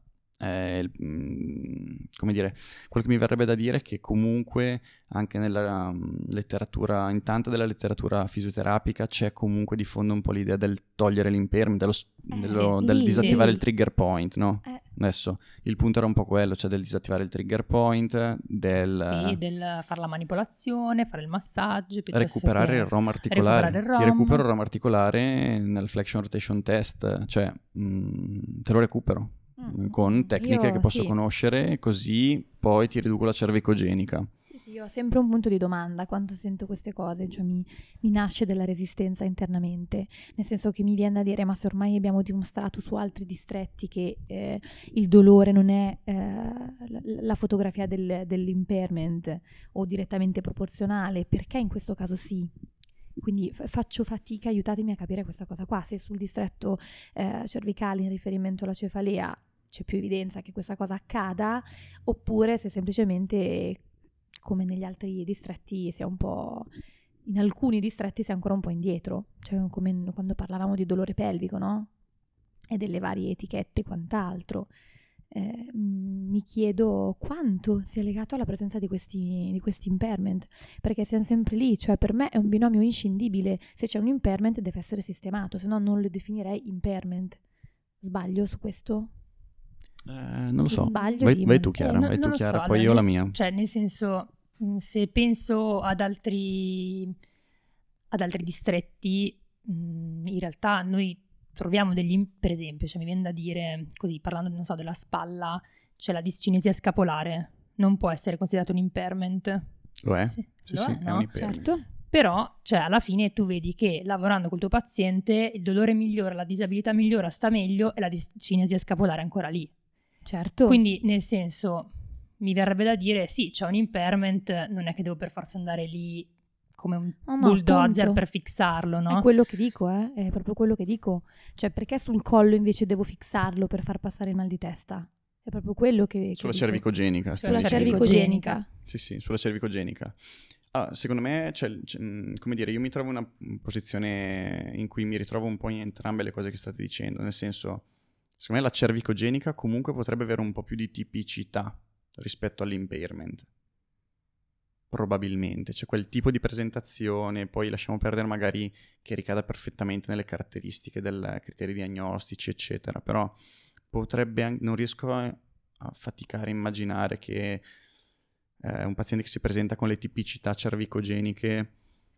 Come dire, quello che mi verrebbe da dire è che comunque anche nella letteratura, in tanta della letteratura fisioterapica c'è comunque di fondo un po' l'idea del togliere l'impairment, del disattivare il trigger point, no? Adesso il punto era un po' quello, cioè del disattivare il trigger point, del fare la manipolazione, fare il massaggio, recuperare il ROM articolare. Ti recupero il ROM articolare nel flexion rotation test, cioè te lo recupero. Con tecniche che posso conoscere, così poi ti riduco la cervicogenica. Sì, io ho sempre un punto di domanda quando sento queste cose, cioè mi nasce della resistenza internamente, nel senso che mi viene da dire, ma se ormai abbiamo dimostrato su altri distretti che il dolore non è la fotografia dell'impairment o direttamente proporzionale, perché in questo caso sì? Quindi faccio fatica, aiutatemi a capire questa cosa qua, se sul distretto cervicale in riferimento alla cefalea c'è più evidenza che questa cosa accada, oppure se semplicemente, come negli altri distretti, sia un po', in alcuni distretti si è ancora un po' indietro, cioè come quando parlavamo di dolore pelvico, no? E delle varie etichette e quant'altro. Mi chiedo quanto sia legato alla presenza di questi impairment, perché siamo sempre lì, cioè per me è un binomio inscindibile, se c'è un impairment deve essere sistemato, se no non lo definirei impairment. Sbaglio su questo? Non lo so, Sbaglio, vai tu Chiara, vai tu Chiara, poi io la mia. Cioè nel senso, se penso ad altri distretti, in realtà noi troviamo per esempio, cioè mi viene da dire, così parlando, non so, della spalla, c'è la discinesia scapolare, non può essere considerato un impairment. Lo è? Sì, Sì, no? è un impairment. Certo. Però, cioè, alla fine tu vedi che lavorando col tuo paziente il dolore migliora, la disabilità migliora, sta meglio e la discinesia scapolare è ancora lì. Certo. Quindi, nel senso, mi verrebbe da dire, sì, c'è un impairment, non è che devo per forza andare lì come un bulldozer appunto, per fissarlo, no? È quello che dico, è proprio quello che dico. Cioè, perché sul collo invece devo fissarlo per far passare il mal di testa? È proprio quello che Sulla dico. cervicogenica. Sulla cervicogenica. Sì, sulla cervicogenica. Allora, secondo me, come dire, io mi trovo in una posizione in cui mi ritrovo un po' in entrambe le cose che state dicendo, nel senso, secondo me la cervicogenica comunque potrebbe avere un po' più di tipicità rispetto all'impairment. Probabilmente, c'è quel tipo di presentazione, poi lasciamo perdere magari che ricada perfettamente nelle caratteristiche dei criteri diagnostici, eccetera, però potrebbe, non riesco a faticare a immaginare che un paziente che si presenta con le tipicità cervicogeniche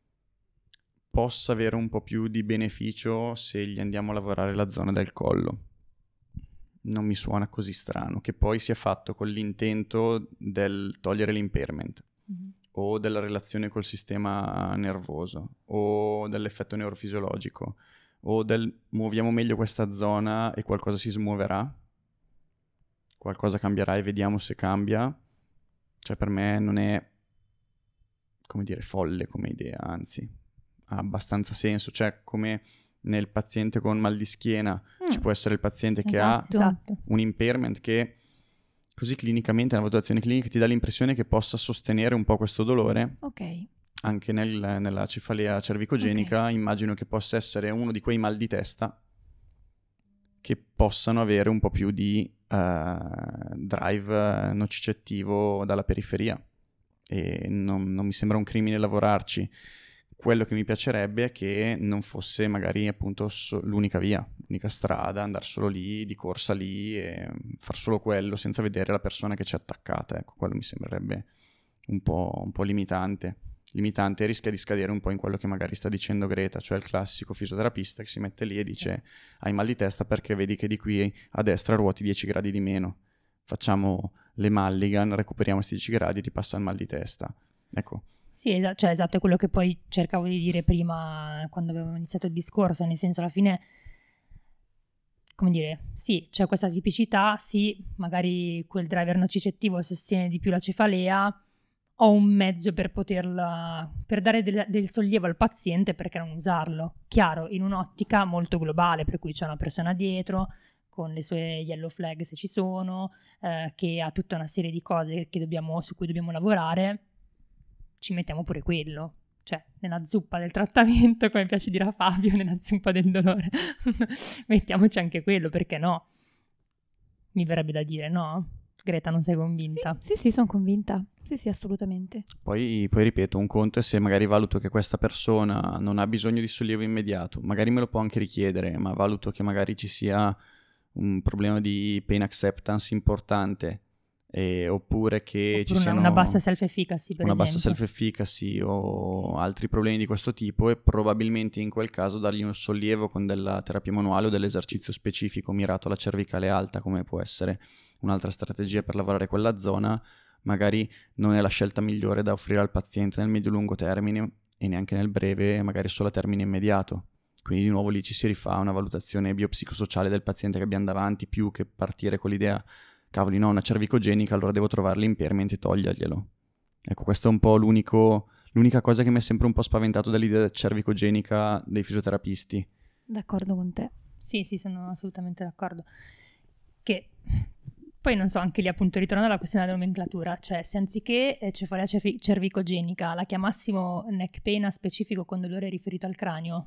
possa avere un po' più di beneficio se gli andiamo a lavorare la zona del collo. Non mi suona così strano, che poi sia fatto con l'intento del togliere l'impairment, o della relazione col sistema nervoso, o dell'effetto neurofisiologico, o del muoviamo meglio questa zona e qualcosa si smuoverà, qualcosa cambierà e vediamo se cambia. Cioè per me non è, come dire, folle come idea, anzi ha abbastanza senso, cioè come nel paziente con mal di schiena ci può essere il paziente che ha un impairment che così clinicamente, nella valutazione clinica, ti dà l'impressione che possa sostenere un po' questo dolore. Ok. Anche nella cefalea cervicogenica immagino che possa essere uno di quei mal di testa che possano avere un po' più di drive nocicettivo dalla periferia, e non mi sembra un crimine lavorarci. Quello che mi piacerebbe è che non fosse magari appunto l'unica via, l'unica strada, andare solo lì, di corsa lì e far solo quello senza vedere la persona che c'è attaccata. Ecco, quello mi sembrerebbe un po' limitante. limitante rischia di scadere un po' in quello che magari sta dicendo Greta, cioè il classico fisioterapista che si mette lì e dice hai mal di testa perché vedi che di qui a destra ruoti 10 gradi di meno, facciamo le Mulligan, recuperiamo questi 10 gradi e ti passa il mal di testa. Ecco. Sì, cioè esatto, è quello che poi cercavo di dire prima quando avevamo iniziato il discorso, nel senso alla fine, come dire, sì, c'è questa tipicità, sì, magari quel driver nocicettivo sostiene di più la cefalea, ho un mezzo per per dare del sollievo al paziente, perché non usarlo? Chiaro, in un'ottica molto globale, per cui c'è una persona dietro, con le sue yellow flag se ci sono, che ha tutta una serie di cose su cui dobbiamo lavorare, ci mettiamo pure quello. Cioè, nella zuppa del trattamento, come piace dire a Fabio, nella zuppa del dolore, mettiamoci anche quello, perché no? Mi verrebbe da dire, no? Greta, non sei convinta? Sì, sono convinta. Sì, assolutamente. Poi ripeto, un conto è se magari valuto che questa persona non ha bisogno di sollievo immediato, magari me lo può anche richiedere, ma valuto che magari ci sia un problema di pain acceptance importante, oppure che ci siano una bassa self-efficacy, per una esempio. bassa self-efficacy o altri problemi di questo tipo, e probabilmente in quel caso dargli un sollievo con della terapia manuale o dell'esercizio specifico mirato alla cervicale alta, come può essere un'altra strategia per lavorare quella zona, magari non è la scelta migliore da offrire al paziente nel medio-lungo termine e neanche nel breve, magari solo a termine immediato. Quindi di nuovo lì ci si rifà una valutazione biopsicosociale del paziente che abbiamo davanti, più che partire con l'idea cavoli no, una cervicogenica, allora devo trovare l'impairment e toglierglielo. Ecco, questo è un po' l'unica cosa che mi è sempre un po' spaventato dall'idea cervicogenica dei fisioterapisti. D'accordo con te. Sì, sono assolutamente d'accordo. Che poi non so, anche lì appunto ritornando alla questione della nomenclatura, cioè se anziché cefalea cervicogenica la chiamassimo neck pain a specifico con dolore riferito al cranio,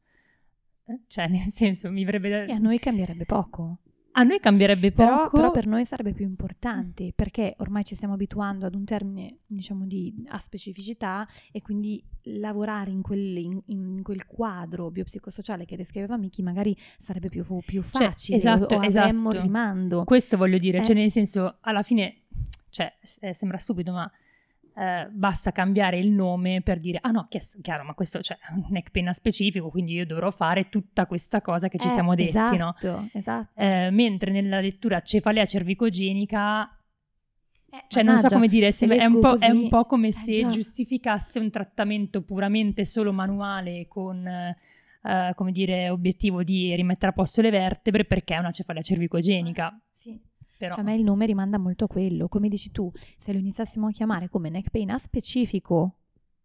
cioè nel senso mi verrebbe da... Sì, a noi cambierebbe poco. A noi cambierebbe poco. Però per noi sarebbe più importante, perché ormai ci stiamo abituando ad un termine, diciamo, a specificità, e quindi lavorare in quel quadro biopsicosociale che descriveva Miki magari sarebbe più facile, esatto, o avremmo il rimando. Questo voglio dire, cioè nel senso, alla fine, cioè sembra stupido, ma basta cambiare il nome per dire no, chiaro, ma questo c'è un neck pain specifico, quindi io dovrò fare tutta questa cosa che ci siamo detti, esatto, no? Esatto. Mentre nella lettura cefalea cervicogenica cioè non so come dire, è un po' come se giustificasse un trattamento puramente solo manuale con come dire obiettivo di rimettere a posto le vertebre, perché è una cefalea cervicogenica. Sì. Però... Cioè, a me il nome rimanda molto a quello. Come dici tu, se lo iniziassimo a chiamare come neck pain a specifico,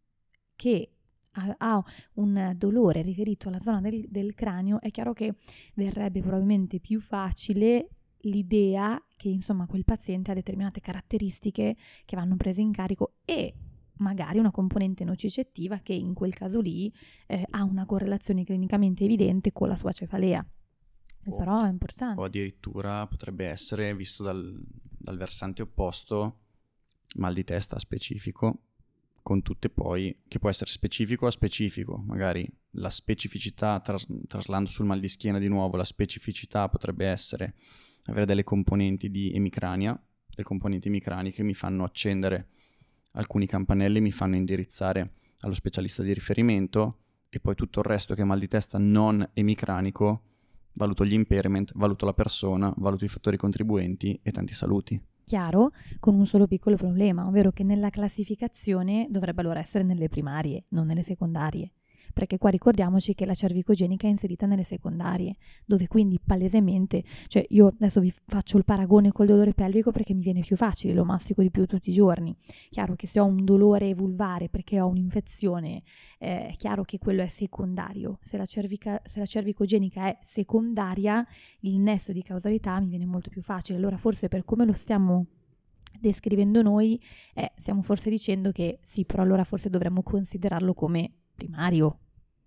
che ha un dolore riferito alla zona del cranio, è chiaro che verrebbe probabilmente più facile l'idea che insomma quel paziente ha determinate caratteristiche che vanno prese in carico, e magari una componente nocicettiva che in quel caso lì ha una correlazione clinicamente evidente con la sua cefalea. Però è importante. O addirittura potrebbe essere, visto dal versante opposto, mal di testa specifico, con tutte poi, che può essere specifico a specifico, magari la specificità, traslando sul mal di schiena di nuovo, la specificità potrebbe essere avere delle componenti di emicrania, delle componenti emicraniche che mi fanno accendere alcuni campanelli, mi fanno indirizzare allo specialista di riferimento, e poi tutto il resto che è mal di testa non emicranico, valuto gli impairment, valuto la persona, valuto i fattori contribuenti e tanti saluti. Chiaro, con un solo piccolo problema, ovvero che nella classificazione dovrebbe allora essere nelle primarie, non nelle secondarie. Perché qua ricordiamoci che la cervicogenica è inserita nelle secondarie, dove quindi palesemente, cioè io adesso vi faccio il paragone col dolore pelvico perché mi viene più facile, lo mastico di più tutti i giorni. Chiaro che se ho un dolore vulvare perché ho un'infezione, è chiaro che quello è secondario. Se la cervicogenica è secondaria, il nesso di causalità mi viene molto più facile. Allora forse per come lo stiamo descrivendo noi, stiamo forse dicendo che sì, però allora forse dovremmo considerarlo come primario.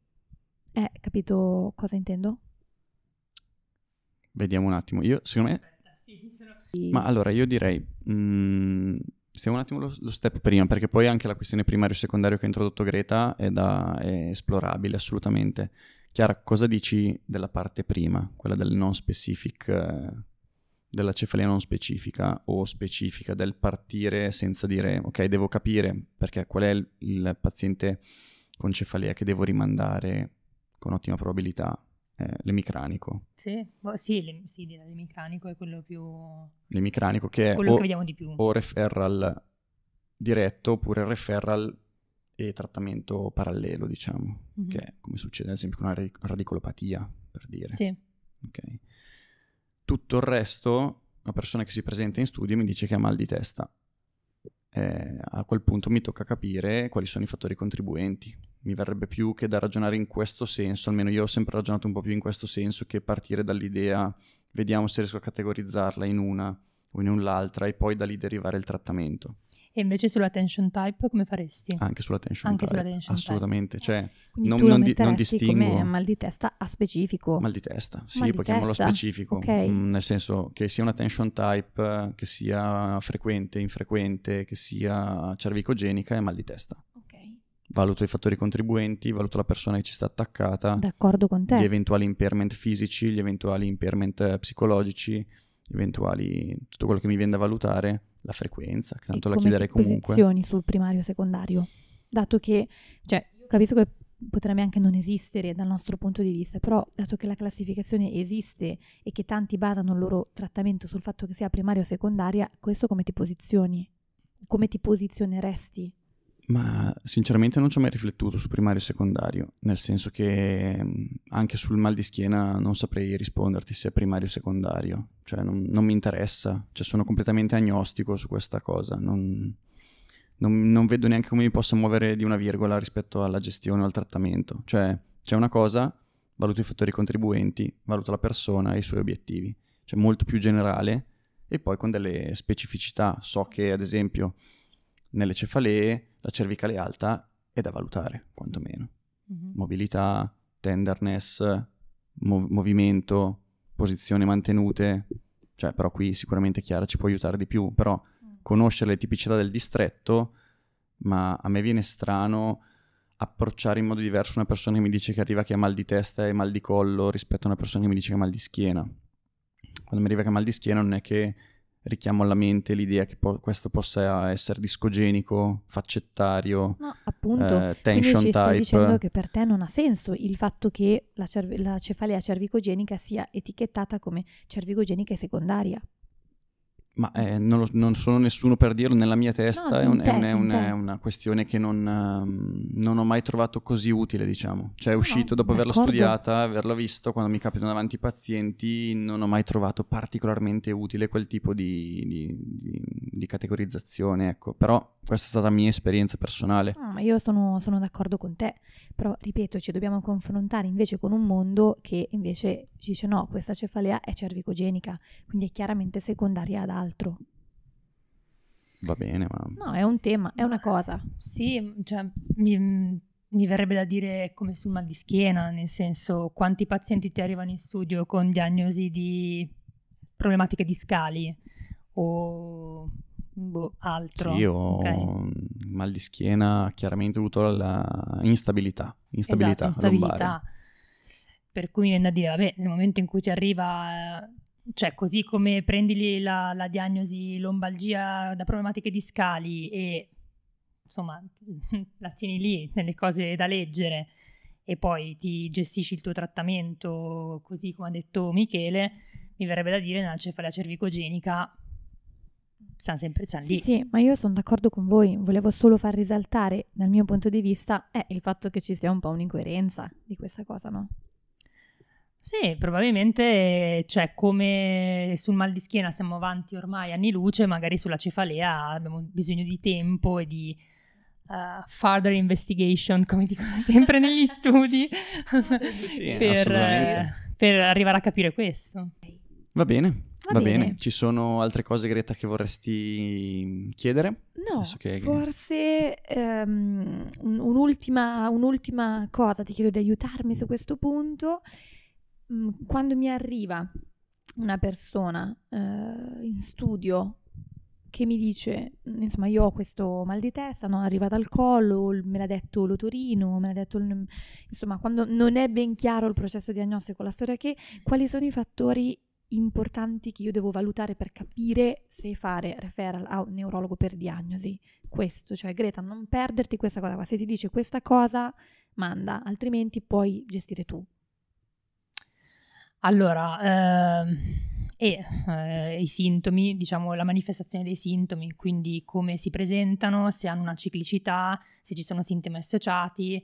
Capito cosa intendo? Vediamo un attimo. Secondo me... Ma allora, io direi... stiamo un attimo lo step prima, perché poi anche la questione primario e secondario che ha introdotto Greta è esplorabile assolutamente. Chiara, cosa dici della parte prima, quella del non specific della cefalea non specifica o specifica, del partire senza dire ok, devo capire perché qual è il paziente con cefalea che devo rimandare con ottima probabilità. L'emicranico. Sì, l'emicranico è quello più... L'emicranico che è quello che vediamo di più. O referral diretto oppure referral e trattamento parallelo, diciamo, che è come succede ad esempio con una radicolopatia, per dire. Sì. Okay. Tutto il resto, una persona che si presenta in studio mi dice che ha mal di testa. A quel punto mi tocca capire quali sono i fattori contribuenti. Mi verrebbe più che da ragionare in questo senso, almeno io ho sempre ragionato un po' più in questo senso, che partire dall'idea, vediamo se riesco a categorizzarla in una o in l'altra e poi da lì derivare il trattamento. E invece sulla tension type come faresti? Anche sulla tension type, assolutamente. Cioè, quindi tu non distingo come mal di testa a specifico. Mal di testa, sì, mal poi di chiamiamolo testa. specifico, Okay. Nel senso che sia una tension type, che sia frequente, infrequente, che sia cervicogenica, è mal di testa. Okay. Valuto i fattori contribuenti, valuto la persona che ci sta attaccata, d'accordo con te, gli eventuali impairment fisici, gli eventuali impairment psicologici, tutto quello che mi viene da valutare, la frequenza, che tanto la chiederei comunque. Come ti posizioni sul primario e secondario? Dato che, cioè, io capisco che potrebbe anche non esistere dal nostro punto di vista, però dato che la classificazione esiste e che tanti basano il loro trattamento sul fatto che sia primaria o secondaria, questo come ti posizioni? Come ti posizioneresti? Ma sinceramente non ci ho mai riflettuto su primario e secondario, nel senso che anche sul mal di schiena non saprei risponderti se è primario o secondario, cioè non mi interessa, cioè sono completamente agnostico su questa cosa, non vedo neanche come mi possa muovere di una virgola rispetto alla gestione o al trattamento, cioè c'è una cosa, valuto i fattori contribuenti, valuto la persona e i suoi obiettivi, cioè molto più generale e poi con delle specificità, so che ad esempio nelle cefalee la cervicale alta è da valutare, quantomeno. Mm-hmm. Mobilità, tenderness, movimento, posizioni mantenute, cioè però qui sicuramente Chiara ci può aiutare di più, però conoscere le tipicità del distretto, ma a me viene strano approcciare in modo diverso una persona che mi dice che arriva che ha mal di testa e mal di collo rispetto a una persona che mi dice che ha mal di schiena. Quando mi arriva che ha mal di schiena non è che richiamo alla mente l'idea che questo possa essere discogenico, faccettario, no, appunto. tension Quindi ci stai type. dicendo che per te non ha senso il fatto che la cefalea cervicogenica sia etichettata come cervicogenica e secondaria. Ma non sono nessuno per dirlo, nella mia testa no, è una questione che non ho mai trovato così utile, diciamo. Cioè è uscito dopo averla studiata, averla visto, quando mi capitano davanti i pazienti, non ho mai trovato particolarmente utile quel tipo di categorizzazione, ecco. Però questa è stata la mia esperienza personale. No, ma io sono d'accordo con te, però ripeto, ci dobbiamo confrontare invece con un mondo che invece ci dice no, questa cefalea è cervicogenica, quindi è chiaramente secondaria ad altro. Va bene, ma... No, è un tema, è una cosa. Sì, cioè mi verrebbe da dire come sul mal di schiena, nel senso quanti pazienti ti arrivano in studio con diagnosi di problematiche discali o altro. Sì, o mal di schiena chiaramente dovuto alla instabilità lombare. Per cui mi viene da dire, vabbè, nel momento in cui ti arriva... Cioè, così come prendi la diagnosi lombalgia da problematiche discali e, insomma, la tieni lì nelle cose da leggere e poi ti gestisci il tuo trattamento, così come ha detto Michele, mi verrebbe da dire nella cefalea cervicogenica siamo sempre lì. Sì, ma io sono d'accordo con voi, volevo solo far risaltare, dal mio punto di vista, il fatto che ci sia un po' un'incoerenza di questa cosa, no? Sì, probabilmente, cioè, come sul mal di schiena siamo avanti ormai anni luce, magari sulla cefalea abbiamo bisogno di tempo e di further investigation, come dicono sempre negli studi, sì, per arrivare a capire questo. Va bene. Va bene. Ci sono altre cose, Greta, che vorresti chiedere? No, forse un'ultima cosa, ti chiedo di aiutarmi su questo punto. Quando mi arriva una persona in studio che mi dice, insomma, io ho questo mal di testa, no, arriva dal collo, me l'ha detto l'otorino, me l'ha detto, insomma, quando non è ben chiaro il processo diagnostico, la storia quali sono i fattori importanti che io devo valutare per capire se fare referral a un neurologo per diagnosi. Questo, cioè Greta, non perderti questa cosa qua. Se ti dice questa cosa, manda, altrimenti puoi gestire tu. Allora, i sintomi, diciamo la manifestazione dei sintomi, quindi come si presentano, se hanno una ciclicità, se ci sono sintomi associati,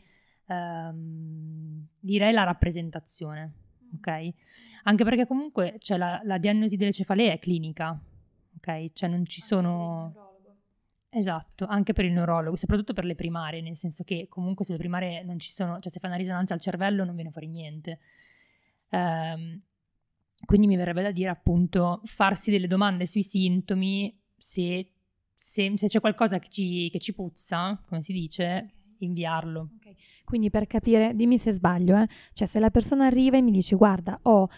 direi la rappresentazione, ok? Anche perché comunque cioè, la diagnosi delle cefalee è clinica, ok? Cioè non ci sono... Esatto, anche per il neurologo, soprattutto per le primarie, nel senso che comunque se le primarie non ci sono, cioè se fa una risonanza al cervello non viene fuori niente. Quindi mi verrebbe da dire appunto farsi delle domande sui sintomi, se c'è qualcosa che ci puzza, come si dice, inviarlo. Okay. Quindi per capire, dimmi se sbaglio, cioè se la persona arriva e mi dice guarda ho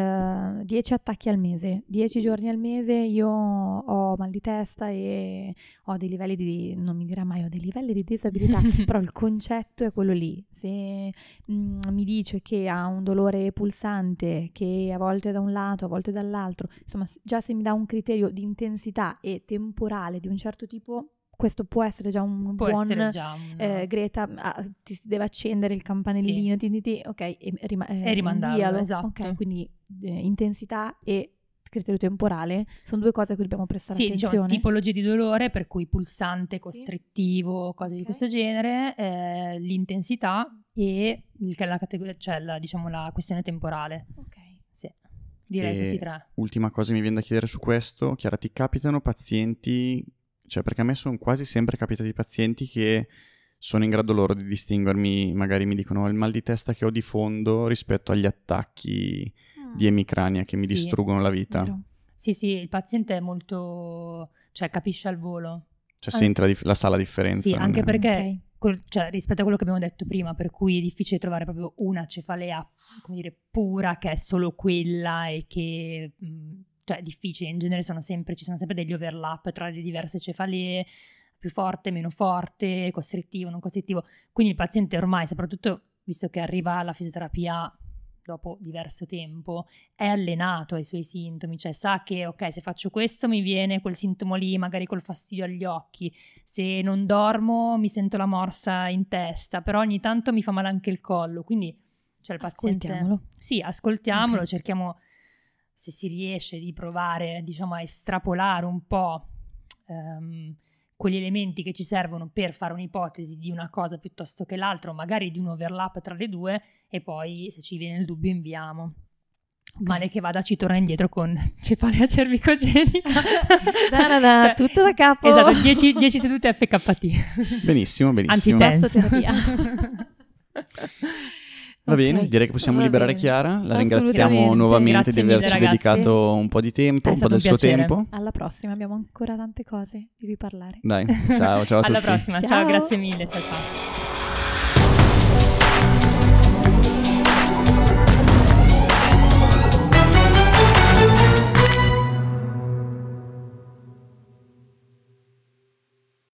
10 attacchi al mese, 10 giorni al mese io ho mal di testa e ho dei livelli di, non mi dirà mai ho dei livelli di disabilità, però il concetto è quello lì. Se mi dice che ha un dolore pulsante che a volte è da un lato, a volte dall'altro, insomma già se mi dà un criterio di intensità e temporale di un certo tipo, questo può essere già un può buon essere già Greta, ti si deve accendere il campanellino, ok, e rimandarlo, invialo. esatto. Ok, quindi intensità e criterio temporale sono due cose a cui dobbiamo prestare attenzione. Diciamo tipologie di dolore, per cui pulsante, costrittivo, cose di questo genere, l'intensità e la categoria, cioè diciamo la questione temporale. Ok. Sì, direi questi tre. Ultima cosa mi viene da chiedere su questo, Chiara, ti capitano pazienti... Cioè, perché a me sono quasi sempre capitati pazienti che sono in grado loro di distinguermi, magari mi dicono il mal di testa che ho di fondo rispetto agli attacchi di emicrania che mi distruggono la vita. Vero. Sì, il paziente è molto... cioè capisce al volo. Cioè sente la sa la differenza. Sì, anche perché Okay. cioè, rispetto a quello che abbiamo detto prima, per cui è difficile trovare proprio una cefalea, come dire, pura, che è solo quella e che... cioè è difficile, in genere ci sono sempre degli overlap tra le diverse cefalee, più forte, meno forte, costrittivo, non costrittivo. Quindi il paziente ormai, soprattutto visto che arriva alla fisioterapia dopo diverso tempo, è allenato ai suoi sintomi, cioè sa che ok, se faccio questo mi viene quel sintomo lì, magari col fastidio agli occhi, se non dormo mi sento la morsa in testa, però ogni tanto mi fa male anche il collo, quindi cioè il paziente... Ascoltiamolo. Sì, ascoltiamolo, Okay. cerchiamo, se si riesce, di provare, diciamo, a estrapolare un po' quegli elementi che ci servono per fare un'ipotesi di una cosa piuttosto che l'altra, o magari di un overlap tra le due, e poi se ci viene il dubbio inviamo. Male che vada ci torna indietro con cefalea cervicogenica. Tutto da capo. Esatto, 10 sedute FKT. Benissimo. Anzi, Massoterapia. Va bene, Ok, direi che possiamo va liberare bene. Chiara. La Assolutamente. ringraziamo nuovamente Grazie di averci mille, ragazzi. dedicato un po' di tempo, È un po' stato del un suo piacere. tempo. Alla prossima, abbiamo ancora tante cose di cui parlare. Dai, ciao a tutti. Alla prossima, ciao, Ciao. grazie mille, ciao.